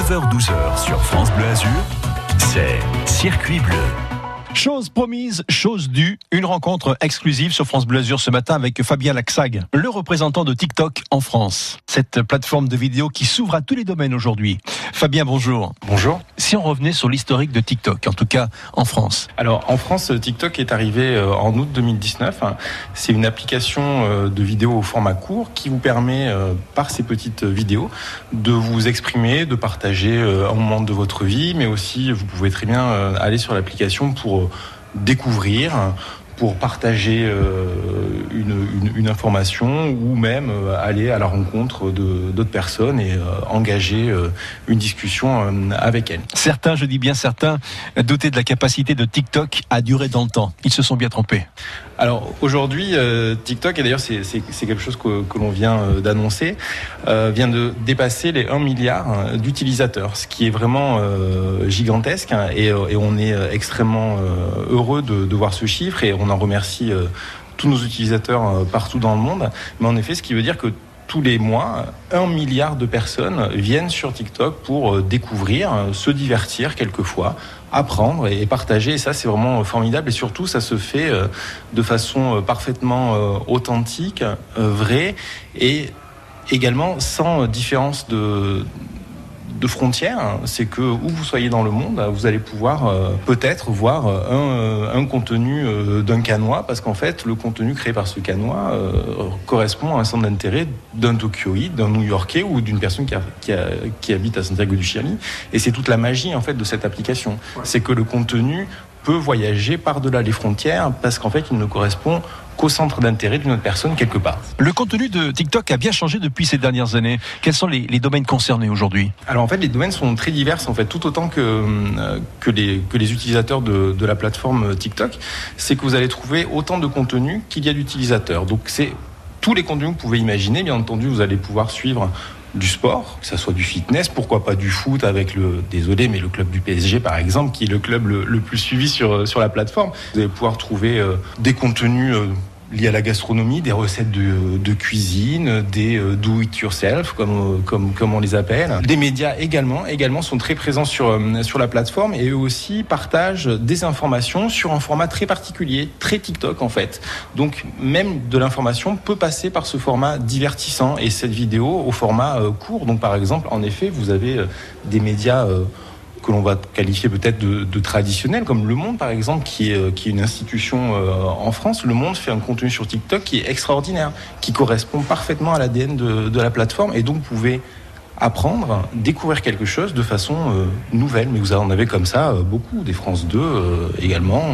9h-12h sur France Bleu Azur, c'est Circuit Bleu. Chose promise, chose due, une rencontre exclusive sur France Bleu Azur ce matin avec Fabien Laxag, le représentant de TikTok en France. Cette plateforme de vidéos qui s'ouvre à tous les domaines aujourd'hui. Fabien, bonjour. Bonjour. Si on revenait sur l'historique de TikTok, en tout cas en France. Alors en France, TikTok est arrivé en août 2019. C'est une application de vidéos au format court qui vous permet, par ces petites vidéos, de vous exprimer, de partager un moment de votre vie, mais aussi vous pouvez très bien aller sur l'application pour découvrir, pour partager une information ou même aller à la rencontre d'autres personnes et engager une discussion avec elles. Certains, je dis bien certains, doutaient de la capacité de TikTok à durer dans le temps. Ils se sont bien trompés. Alors aujourd'hui, TikTok, et d'ailleurs c'est quelque chose que l'on vient d'annoncer, vient de dépasser les 1 milliard d'utilisateurs, ce qui est vraiment gigantesque, et on est extrêmement heureux de voir ce chiffre, et on en remercie tous nos utilisateurs partout dans le monde. Mais en effet, ce qui veut dire que tous les mois, 1 milliard de personnes viennent sur TikTok pour découvrir, se divertir quelquefois, apprendre et partager. Et ça, c'est vraiment formidable. Et surtout, ça se fait de façon parfaitement authentique, vraie, et également sans différence de frontières. C'est que où vous soyez dans le monde, vous allez pouvoir peut-être voir un contenu d'un Canois, parce qu'en fait le contenu créé par ce Canois correspond à un centre d'intérêt d'un Tokyoïde, d'un New-Yorkais ou d'une personne qui habite à Santiago du Chili. Et c'est toute la magie en fait de cette application. Ouais. C'est que le contenu peut voyager par-delà les frontières, parce qu'en fait il ne correspond qu'au centre d'intérêt d'une autre personne quelque part. Le contenu de TikTok a bien changé depuis ces dernières années. Quels sont les domaines concernés aujourd'hui ? Alors en fait, les domaines sont très divers, en fait, tout autant que les utilisateurs de la plateforme TikTok. C'est que vous allez trouver autant de contenu qu'il y a d'utilisateurs. Donc c'est tous les contenus que vous pouvez imaginer. Bien entendu, vous allez pouvoir suivre du sport, que ça soit du fitness, pourquoi pas du foot avec le club du PSG par exemple, qui est le club le plus suivi sur la plateforme. Vous allez pouvoir trouver des contenus liés à la gastronomie, des recettes de cuisine, des do it yourself comme on les appelle. Des médias également sont très présents sur la plateforme, et eux aussi partagent des informations sur un format très particulier, très TikTok en fait. Donc même de l'information peut passer par ce format divertissant, et cette vidéo au format court. Donc par exemple, en effet, vous avez des médias que l'on va qualifier peut-être de traditionnels, comme Le Monde par exemple, qui est une institution en France. Le Monde fait un contenu sur TikTok qui est extraordinaire, qui correspond parfaitement à l'ADN de la plateforme, et donc vous pouvez apprendre, découvrir quelque chose de façon nouvelle. Mais vous en avez comme ça beaucoup, des France 2 également,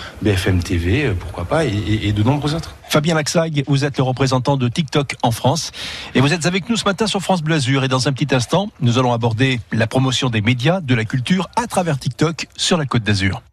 BFM TV, pourquoi pas, et de nombreux autres. Fabien Laxag, vous êtes le représentant de TikTok en France, et vous êtes avec nous ce matin sur France Bleu Azur. Et dans un petit instant, nous allons aborder la promotion des médias, de la culture à travers TikTok sur la Côte d'Azur.